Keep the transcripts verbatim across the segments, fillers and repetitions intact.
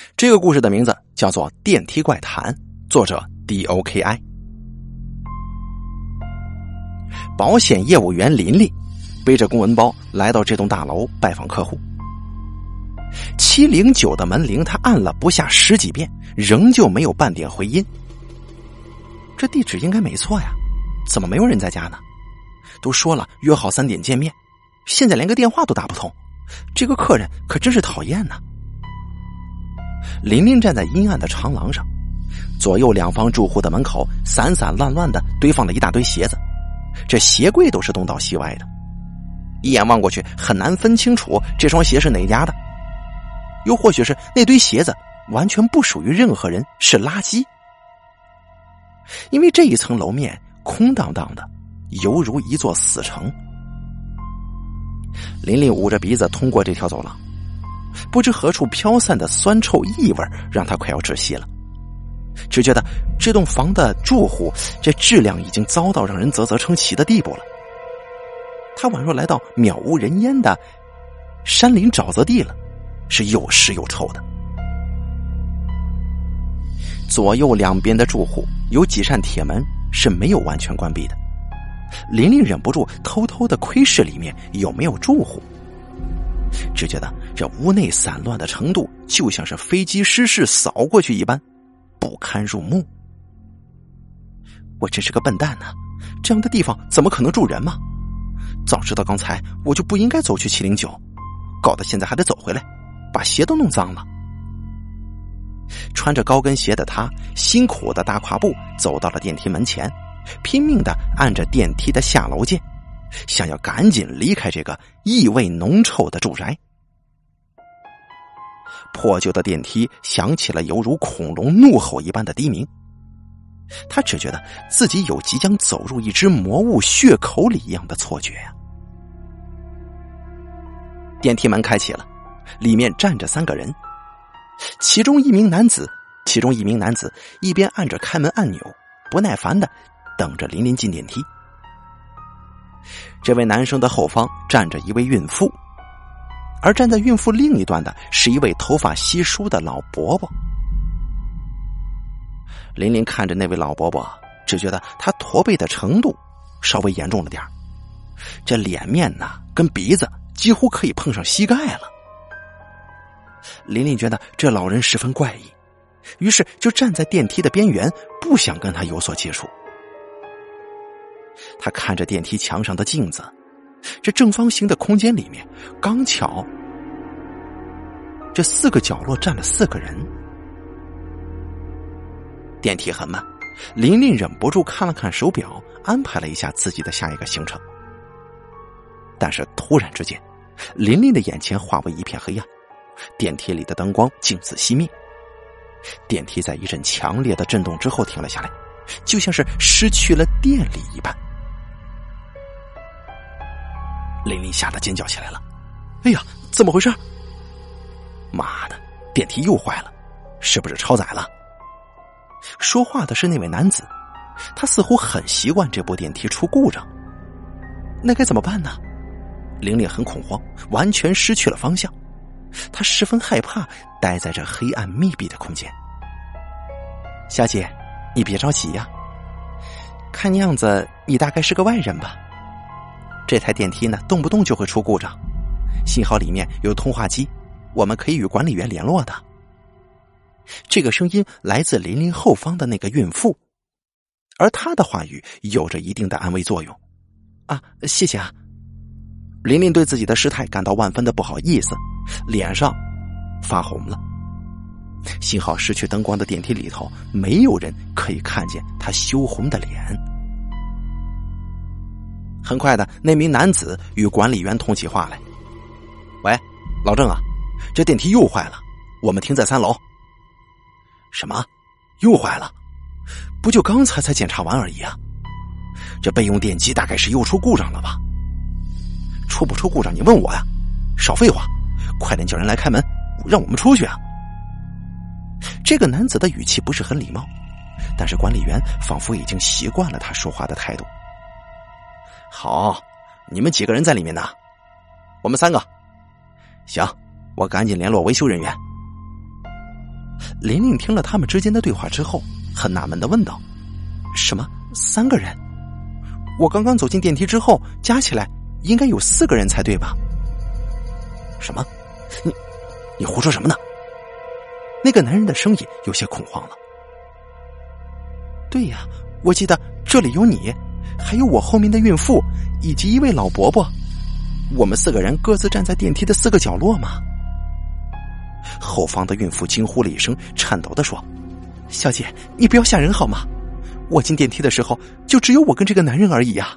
这个故事的名字叫做《电梯怪谈》，作者 D O K I。 保险业务员林林背着公文包来到这栋大楼拜访客户。七零九的门铃他按了不下十几遍，仍旧没有半点回音。这地址应该没错呀，怎么没有人在家呢？都说了约好三点见面，现在连个电话都打不通，这个客人可真是讨厌呢。林林站在阴暗的长廊上，左右两方住户的门口散散乱乱的堆放了一大堆鞋子，这鞋柜都是东倒西歪的，一眼望过去很难分清楚这双鞋是哪家的，又或许是那堆鞋子完全不属于任何人，是垃圾。因为这一层楼面空荡荡的，犹如一座死城。林林捂着鼻子通过这条走廊，不知何处飘散的酸臭异味让他快要窒息了，只觉得这栋房的住户这质量已经糟到让人啧啧称奇的地步了。他宛若来到渺无人烟的山林沼泽地了，是又湿又臭的。左右两边的住户有几扇铁门是没有完全关闭的，林林忍不住偷偷的窥视里面有没有住户，只觉得这屋内散乱的程度就像是飞机失事扫过去一般，不堪入目。我真是个笨蛋呢、啊，这样的地方怎么可能住人嘛？早知道刚才我就不应该走去七零九，搞得现在还得走回来，把鞋都弄脏了。穿着高跟鞋的他辛苦的大跨步走到了电梯门前，拼命的按着电梯的下楼键，想要赶紧离开这个异味浓臭的住宅。破旧的电梯响起了犹如恐龙怒吼一般的低鸣，他只觉得自己有即将走入一只魔物血口里一样的错觉呀、啊。电梯门开启了，里面站着三个人，其中一名男子其中一名男子一边按着开门按钮，不耐烦的等着林林进电梯。这位男生的后方站着一位孕妇，而站在孕妇另一端的是一位头发稀疏的老伯伯。林林看着那位老伯伯，只觉得他驼背的程度稍微严重了点，这脸面呢跟鼻子几乎可以碰上膝盖了。林林觉得这老人十分怪异，于是就站在电梯的边缘，不想跟他有所接触。他看着电梯墙上的镜子，这正方形的空间里面刚巧这四个角落站了四个人。电梯很慢，林林忍不住看了看手表，安排了一下自己的下一个行程。但是突然之间，林林的眼前化为一片黑暗，电梯里的灯光镜子熄灭，电梯在一阵强烈的震动之后停了下来，就像是失去了电力一般。林林吓得尖叫起来了，哎呀，怎么回事？妈的，电梯又坏了，是不是超载了？说话的是那位男子，他似乎很习惯这部电梯出故障。那该怎么办呢？林林很恐慌，完全失去了方向，他十分害怕待在这黑暗密闭的空间。小姐，你别着急呀、啊，看样子你大概是个外人吧。这台电梯呢，动不动就会出故障，幸好里面有通话机，我们可以与管理员联络的。这个声音来自林林后方的那个孕妇，而她的话语有着一定的安慰作用。啊，谢谢啊。林林对自己的失态感到万分的不好意思，脸上发红了。幸好失去灯光的电梯里头没有人可以看见他羞红的脸。很快的，那名男子与管理员通起话来。喂，老郑啊，这电梯又坏了，我们停在三楼。什么？又坏了？不就刚才才检查完而已啊？这备用电机大概是又出故障了吧？出不出故障你问我呀？少废话，快点叫人来开门，让我们出去啊！这个男子的语气不是很礼貌，但是管理员仿佛已经习惯了他说话的态度。好，你们几个人在里面呢？我们三个。行，我赶紧联络维修人员。 琳琳听了他们之间的对话之后，很纳闷地问道：什么三个人？我刚刚走进电梯之后，加起来应该有四个人才对吧？什么？你你胡说什么呢？那个男人的声音有些恐慌了。对呀，我记得这里有你，还有我后面的孕妇，以及一位老伯伯，我们四个人各自站在电梯的四个角落嘛。后方的孕妇惊呼了一声，颤抖地说：小姐，你不要吓人好吗？我进电梯的时候就只有我跟这个男人而已啊。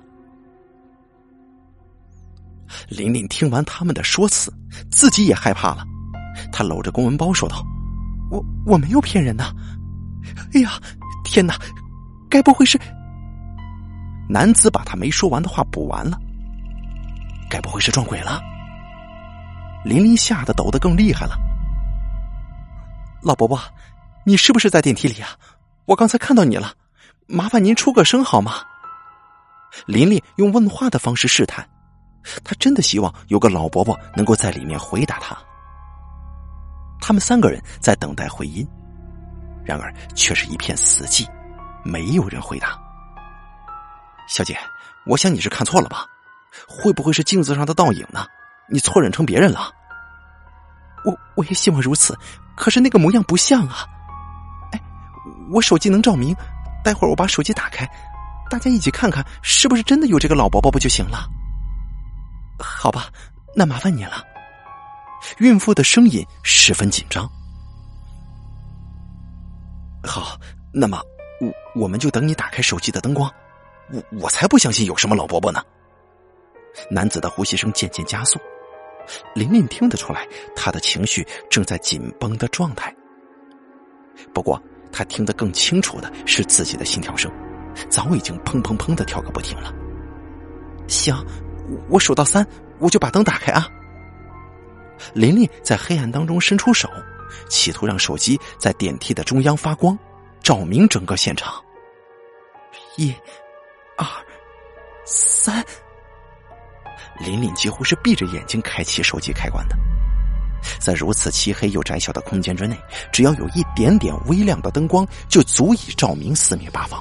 琳琳听完他们的说辞，自己也害怕了，她搂着公文包说道：我我没有骗人呐！哎呀，天哪，该不会是……男子把他没说完的话补完了。该不会是撞鬼了？琳琳吓得抖得更厉害了。老伯伯，你是不是在电梯里啊？我刚才看到你了，麻烦您出个声好吗？琳琳用问话的方式试探，她真的希望有个老伯伯能够在里面回答她。他们三个人在等待回音，然而却是一片死寂，没有人回答。小姐，我想你是看错了吧？会不会是镜子上的倒影呢？你错认成别人了？我我也希望如此，可是那个模样不像啊。哎，我手机能照明，待会儿我把手机打开，大家一起看看是不是真的有这个老伯伯不就行了。好吧，那麻烦你了。孕妇的声音十分紧张。好，那么我我们就等你打开手机的灯光。我我才不相信有什么老伯伯呢。男子的呼吸声渐渐加速，琳琳听得出来他的情绪正在紧绷的状态。不过他听得更清楚的是自己的心跳声，早已经砰砰砰的跳个不停了。行，我数到三我就把灯打开啊。琳琳在黑暗当中伸出手，企图让手机在电梯的中央发光，照明整个现场。一二三，琳琳几乎是闭着眼睛开启手机开关的。在如此漆黑又窄小的空间之内，只要有一点点微亮的灯光就足以照明四面八方。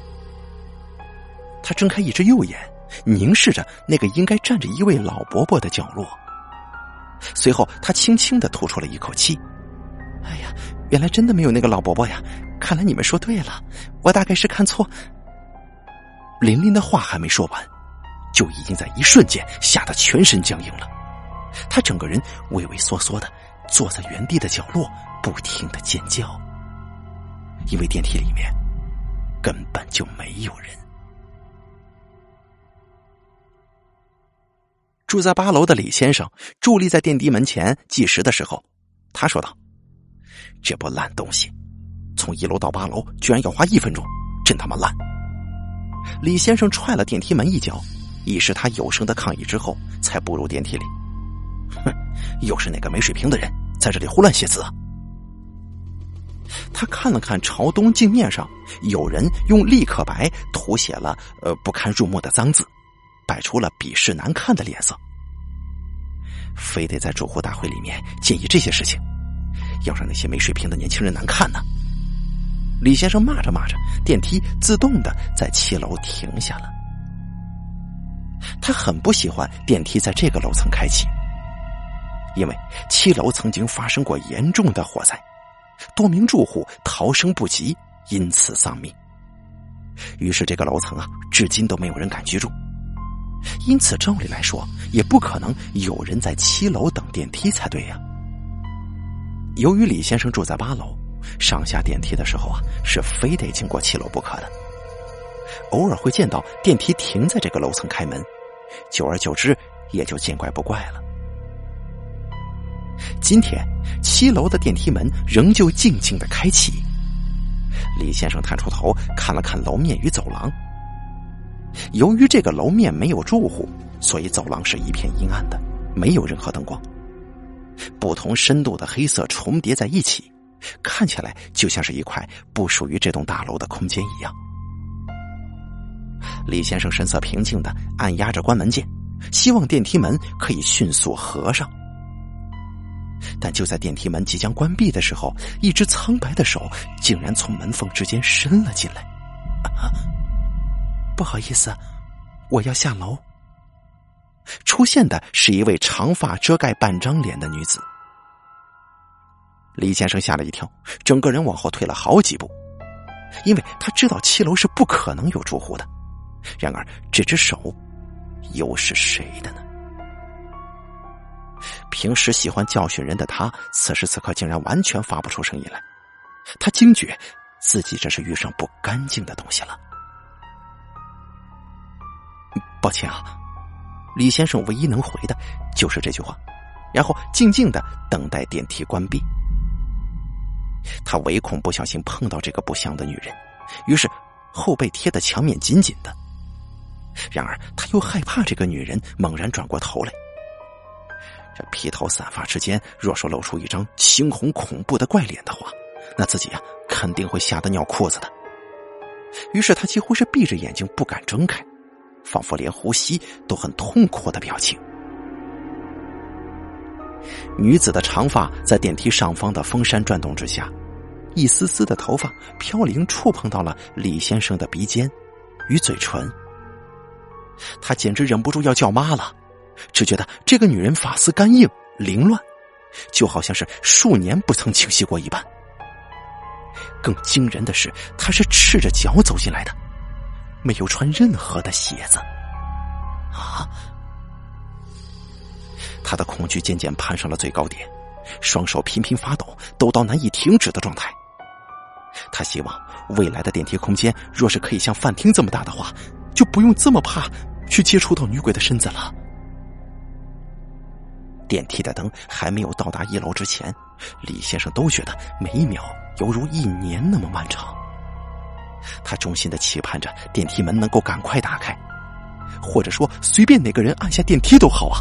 他睁开一只右眼，凝视着那个应该站着一位老伯伯的角落。随后他轻轻地吐出了一口气。哎呀，原来真的没有那个老伯伯呀，看来你们说对了，我大概是看错。琳琳的话还没说完，就已经在一瞬间吓得全身僵硬了。她整个人畏畏缩缩的坐在原地的角落，不停的尖叫，因为电梯里面根本就没有人。住在八楼的李先生伫立在电梯门前计时的时候，他说道：这波烂东西从一楼到八楼居然要花一分钟，真他妈烂。李先生踹了电梯门一脚，以示他有声的抗议之后才步入电梯里。哼，又是那个没水平的人在这里胡乱写字啊。他看了看朝东镜面上有人用立可白涂写了呃不堪入目的脏字，摆出了鄙视难看的脸色。非得在住户大会里面建议这些事情，要让那些没水平的年轻人难看呢。李先生骂着骂着，电梯自动的在七楼停下了。他很不喜欢电梯在这个楼层开启，因为七楼曾经发生过严重的火灾，多名住户逃生不及，因此丧命。于是这个楼层啊，至今都没有人敢居住。因此照理来说，也不可能有人在七楼等电梯才对呀。由于李先生住在八楼，上下电梯的时候啊，是非得经过七楼不可的。偶尔会见到电梯停在这个楼层开门，久而久之也就见怪不怪了。今天七楼的电梯门仍旧静静地开启。李先生探出头看了看楼面与走廊。由于这个楼面没有住户，所以走廊是一片阴暗的，没有任何灯光。不同深度的黑色重叠在一起，看起来就像是一块不属于这栋大楼的空间一样。李先生神色平静地按压着关门键，希望电梯门可以迅速合上。 但就在电梯门即将关闭的时候，一只苍白的手竟然从门缝之间伸了进来。啊，不好意思，我要下楼。出现的是一位长发遮盖半张脸的女子。李先生吓了一跳，整个人往后退了好几步，因为他知道七楼是不可能有住户的。然而这只手又是谁的呢？平时喜欢教训人的他，此时此刻竟然完全发不出声音来。他惊觉自己这是遇上不干净的东西了。抱歉啊，李先生唯一能回的就是这句话，然后静静的等待电梯关闭。他唯恐不小心碰到这个不祥的女人，于是后背贴的墙面紧紧的。然而他又害怕这个女人猛然转过头来，这披头散发之间若说露出一张猩红恐怖的怪脸的话，那自己啊肯定会吓得尿裤子的。于是他几乎是闭着眼睛不敢睁开，仿佛连呼吸都很痛苦的表情。女子的长发在电梯上方的风扇转动之下，一丝丝的头发飘零触碰到了李先生的鼻尖与嘴唇。他简直忍不住要叫妈了，只觉得这个女人发丝干硬凌乱，就好像是数年不曾清洗过一般。更惊人的是，她是赤着脚走进来的，没有穿任何的鞋子。啊！他的恐惧渐渐攀上了最高点，双手频频发抖，抖到难以停止的状态。他希望未来的电梯空间若是可以像饭厅这么大的话，就不用这么怕去接触到女鬼的身子了。电梯的灯还没有到达一楼之前，李先生都觉得每一秒犹如一年那么漫长。他衷心的期盼着电梯门能够赶快打开，或者说随便哪个人按下电梯都好啊。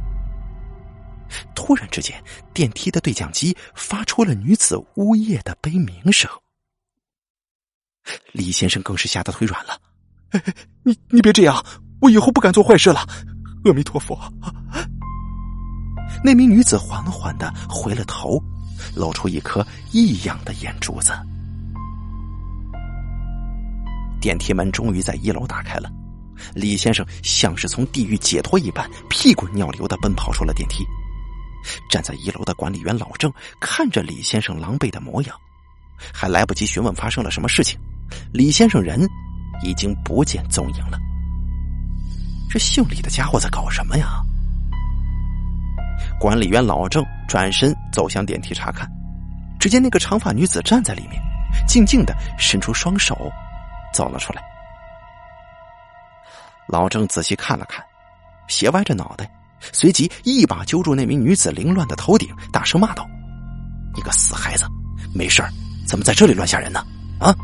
突然之间，电梯的对讲机发出了女子呜咽的悲鸣声。李先生更是吓得腿软了。哎，你你别这样，我以后不敢做坏事了，阿弥陀佛。那名女子缓缓地回了头，露出一颗异样的眼珠子。电梯门终于在一楼打开了，李先生像是从地狱解脱一般，屁滚尿流地奔跑出了电梯。站在一楼的管理员老郑看着李先生狼狈的模样，还来不及询问发生了什么事情，李先生人已经不见踪影了。这姓李的家伙在搞什么呀？管理员老郑转身走向电梯查看，只见那个长发女子站在里面，静静地伸出双手走了出来。老郑仔细看了看，斜歪着脑袋，随即一把揪住那名女子凌乱的头顶，大声骂道：“你个死孩子，没事儿怎么在这里乱吓人呢？啊！”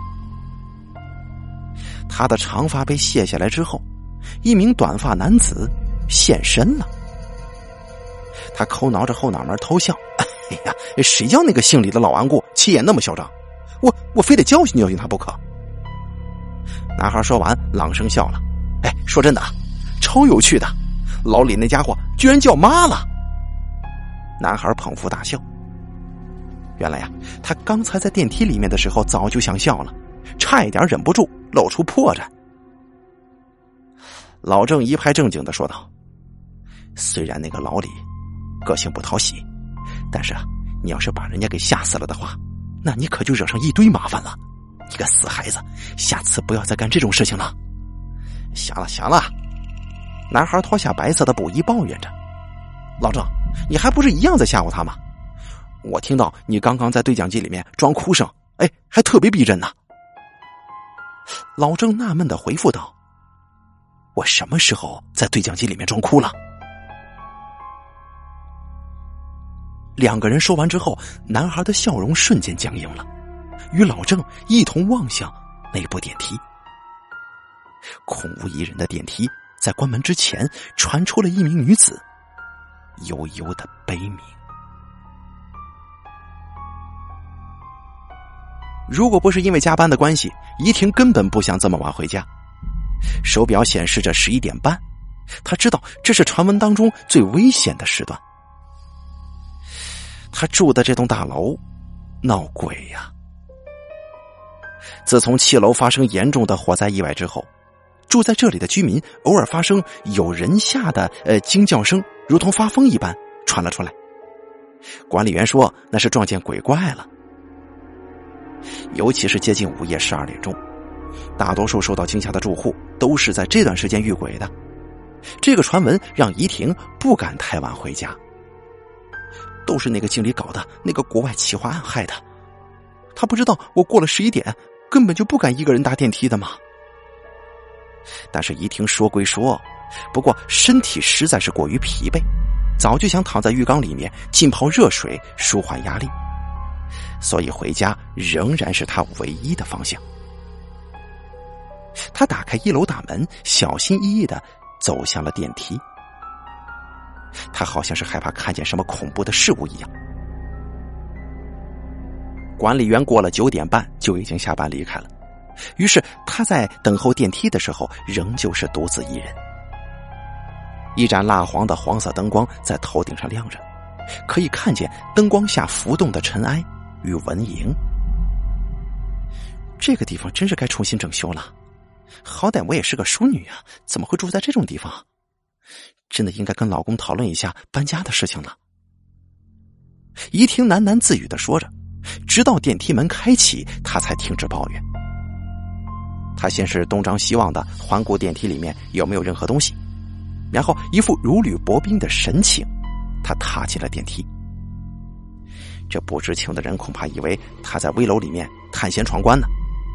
他的长发被卸下来之后，一名短发男子现身了。他抠挠着后脑门偷笑：“哎呀，谁叫那个姓李的老顽固气焰那么嚣张，我我非得教训教训他不可。”男孩说完朗声笑了：“哎，说真的，超有趣的，老李那家伙居然叫妈了。”男孩捧腹大笑。原来呀、啊，他刚才在电梯里面的时候早就想笑了，差一点忍不住露出破绽。老郑一派正经地说道：“虽然那个老李个性不讨喜，但是啊，你要是把人家给吓死了的话，那你可就惹上一堆麻烦了。你个死孩子，下次不要再干这种事情了。”行了行了，男孩脱下白色的布衣抱怨着：“老郑，你还不是一样在吓唬他吗？我听到你刚刚在对讲机里面装哭声，哎，还特别逼真呢。”老郑纳闷地回复道：“我什么时候在对讲机里面装哭了？”两个人说完之后，男孩的笑容瞬间僵硬了，与老郑一同望向那部电梯。空无一人的电梯在关门之前传出了一名女子悠悠的悲鸣。如果不是因为加班的关系，怡婷根本不想这么晚回家。手表显示着十一点半，她知道这是传闻当中最危险的时段。 他住的这栋大楼闹鬼呀！自从七楼发生严重的火灾意外之后，住在这里的居民偶尔发生有人吓的呃惊叫声，如同发疯一般传了出来。管理员说那是撞见鬼怪了。尤其是接近午夜十二点钟，大多数受到惊吓的住户都是在这段时间遇鬼的。这个传闻让怡婷不敢太晚回家，都是那个经理搞的，那个国外企划案害的。他不知道我过了十一点根本就不敢一个人搭电梯的嘛。但是怡婷说归说，不过身体实在是过于疲惫，早就想躺在浴缸里面浸泡热水舒缓压力，所以回家仍然是他唯一的方向。他打开一楼大门，小心翼翼地走向了电梯。他好像是害怕看见什么恐怖的事物一样。管理员过了九点半就已经下班离开了，于是他在等候电梯的时候仍旧是独自一人。一盏蜡黄的黄色灯光在头顶上亮着，可以看见灯光下浮动的尘埃与蚊蝇。这个地方真是该重新整修了，好歹我也是个淑女啊，怎么会住在这种地方？真的应该跟老公讨论一下搬家的事情了。怡婷喃喃自语地说着，直到电梯门开启，她才停止抱怨。她先是东张西望地环顾电梯里面有没有任何东西，然后一副如履薄冰的神情，她踏进了电梯。这不知情的人恐怕以为她在危楼里面探险闯关呢。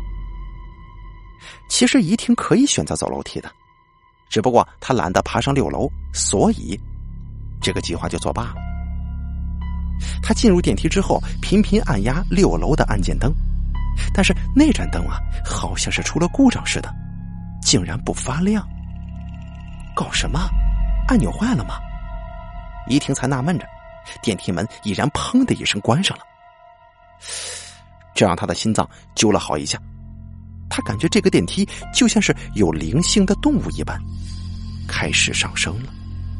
其实怡婷可以选择走楼梯的，只不过她懒得爬上六楼，所以这个计划就作罢了。她进入电梯之后，频频按压六楼的按键灯，但是那盏灯啊，好像是出了故障似的，竟然不发亮。搞什么？按钮坏了吗？怡婷才纳闷着，电梯门已然砰的一声关上了。这让她的心脏揪了好一下。她感觉这个电梯就像是有灵性的动物一般，开始上升了。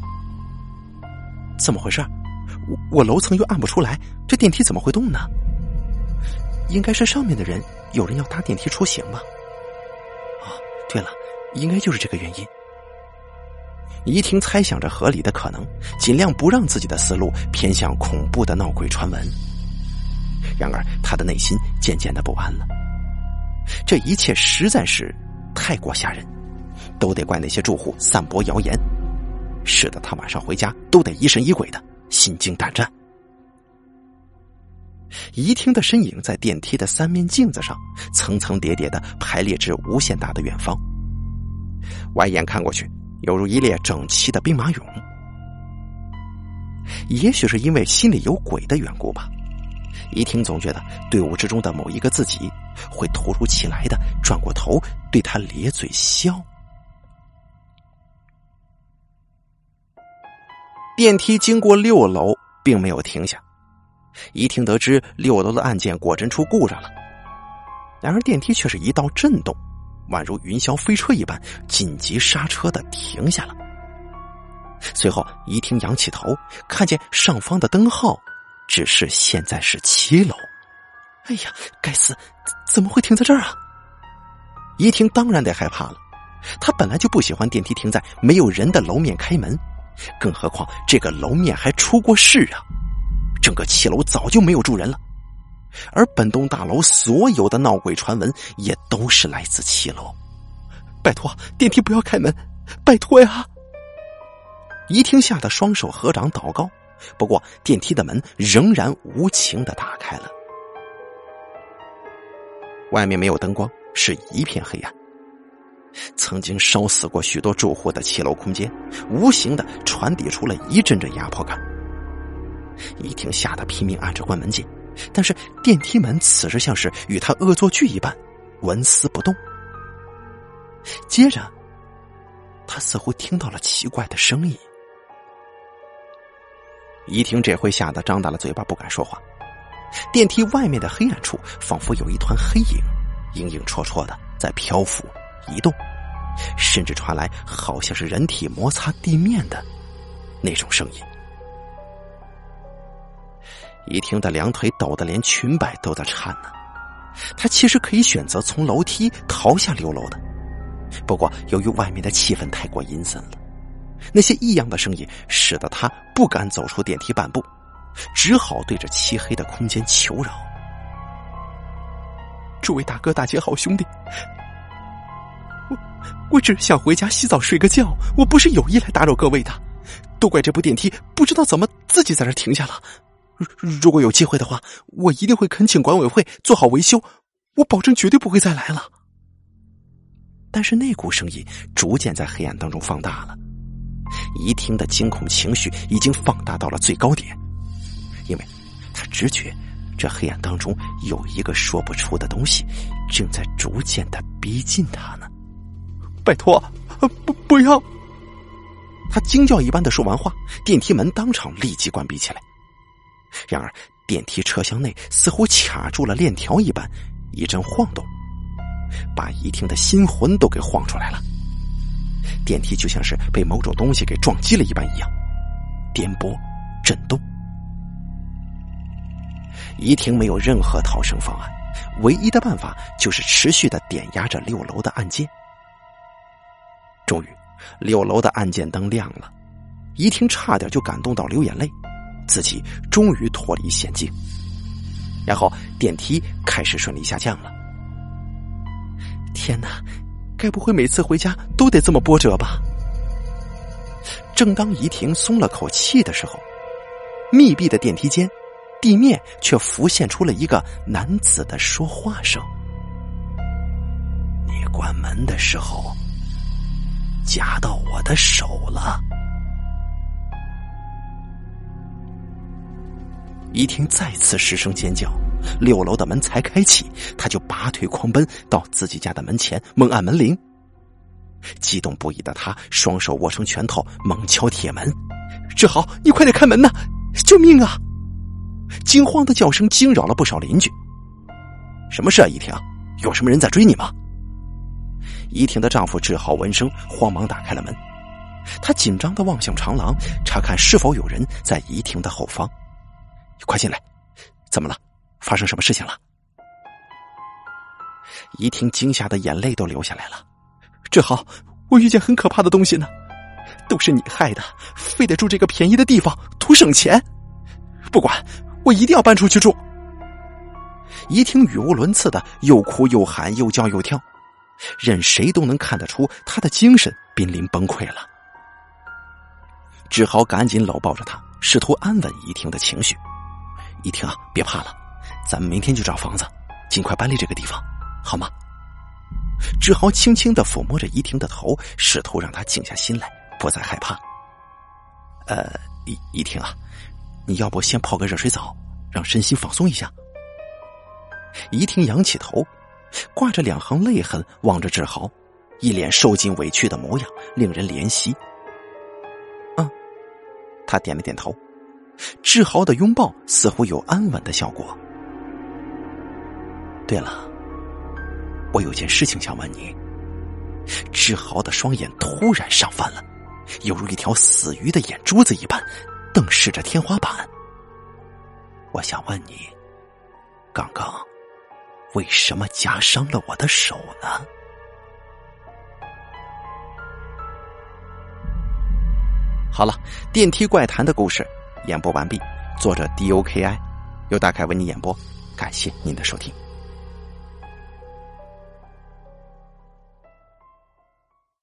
怎么回事？我我楼层又按不出来，这电梯怎么会动呢？应该是上面的人有人要搭电梯出行吧。哦，对了，应该就是这个原因。怡婷猜想着合理的可能，尽量不让自己的思路偏向恐怖的闹鬼传闻。然而她的内心渐渐的不安了，这一切实在是太过吓人，都得怪那些住户散播谣言，使得她晚上回家都得疑神疑鬼的，心惊胆战。怡婷的身影在电梯的三面镜子上层层叠叠的排列至无限大的远方，外眼看过去犹如一列整齐的兵马俑。也许是因为心里有鬼的缘故吧，怡婷总觉得队伍之中的某一个自己会突如其来的转过头对她咧嘴笑。电梯经过六楼并没有停下，怡婷得知六楼的按键果真出故障了，然而电梯却是一道震动，宛如云霄飞车一般紧急刹车的停下了。随后怡婷仰起头，看见上方的灯号只是现在是七楼。哎呀，该死，怎么会停在这儿啊？怡婷当然得害怕了，她本来就不喜欢电梯停在没有人的楼面开门，更何况这个楼面还出过事啊，整个七楼早就没有住人了，而本栋大楼所有的闹鬼传闻也都是来自七楼。拜托，电梯不要开门，拜托呀！怡婷吓得双手合掌祷告，不过电梯的门仍然无情地打开了。外面没有灯光，是一片黑暗。曾经烧死过许多住户的七楼空间，无形地传递出了一阵阵压迫感。怡婷吓得拼命按着关门键，但是电梯门此时像是与她恶作剧一般，纹丝不动。接着，她似乎听到了奇怪的声音。怡婷这回吓得张大了嘴巴，不敢说话。电梯外面的黑暗处，仿佛有一团黑影，影影绰绰的在漂浮移动，甚至传来好像是人体摩擦地面的那种声音。 一婷的两腿抖得连裙摆都在颤呢。她其实可以选择从楼梯逃下六楼的，不过由于外面的气氛太过阴森了，那些异样的声音使得她不敢走出电梯半步，只好对着漆黑的空间求饶：诸位大哥大姐好兄弟，我我只是想回家洗澡睡个觉，我不是有意来打扰各位的，都怪这部电梯不知道怎么自己在这停下了。如果有机会的话，我一定会恳请管委会做好维修，我保证绝对不会再来了。但是那股声音逐渐在黑暗当中放大了，一听的惊恐情绪已经放大到了最高点，因为他直觉这黑暗当中有一个说不出的东西正在逐渐的逼近他呢。拜托，不不要！他惊叫一般的说完话，电梯门当场立即关闭起来。然而电梯车厢内似乎卡住了链条一般，一阵晃动，把一听的心魂都给晃出来了。电梯就像是被某种东西给撞击了一般一样，颠簸震动。一婷没有任何逃生方案，唯一的办法就是持续地点压着六楼的按键。终于六楼的按键灯亮了，一婷差点就感动到流眼泪，自己终于脱离险境。然后电梯开始顺利下降了。天哪，该不会每次回家都得这么波折吧？正当怡婷松了口气的时候，密闭的电梯间地面却浮现出了一个男子的说话声：你关门的时候夹到我的手了。怡婷再次失声尖叫，六楼的门才开启，她就拔腿狂奔到自己家的门前，猛按门铃。激动不已的她双手握成拳头，猛敲铁门：志豪，你快点开门呐！救命啊！惊慌的叫声惊扰了不少邻居。什么事啊，怡婷？有什么人在追你吗？怡婷的丈夫志豪闻声慌忙打开了门，他紧张地望向长廊，查看是否有人在怡婷的后方。快进来，怎么了？发生什么事情了？怡婷惊吓的眼泪都流下来了。志豪，我遇见很可怕的东西呢，都是你害的，非得住这个便宜的地方图省钱。不管，我一定要搬出去住。怡婷语无伦次的又哭又喊又叫又跳，任谁都能看得出她的精神濒临崩溃了。志豪赶紧搂抱着她，试图安稳怡婷的情绪。怡婷啊，别怕了，咱们明天就找房子，尽快搬离这个地方，好吗？志豪轻轻地抚摸着怡婷的头，试图让她静下心来，不再害怕。呃，怡怡婷啊，你要不先泡个热水澡，让身心放松一下？怡婷仰起头，挂着两行泪痕望着志豪，一脸受尽委屈的模样，令人怜惜。嗯，他点了点头。志豪的拥抱似乎有安稳的效果。对了，我有件事情想问你。志豪的双眼突然上翻了，犹如一条死鱼的眼珠子一般，瞪视着天花板。我想问你，刚刚为什么夹伤了我的手呢？好了，电梯怪谈的故事演播完毕，作者 D O K I， 由大凯为你演播，感谢您的收听。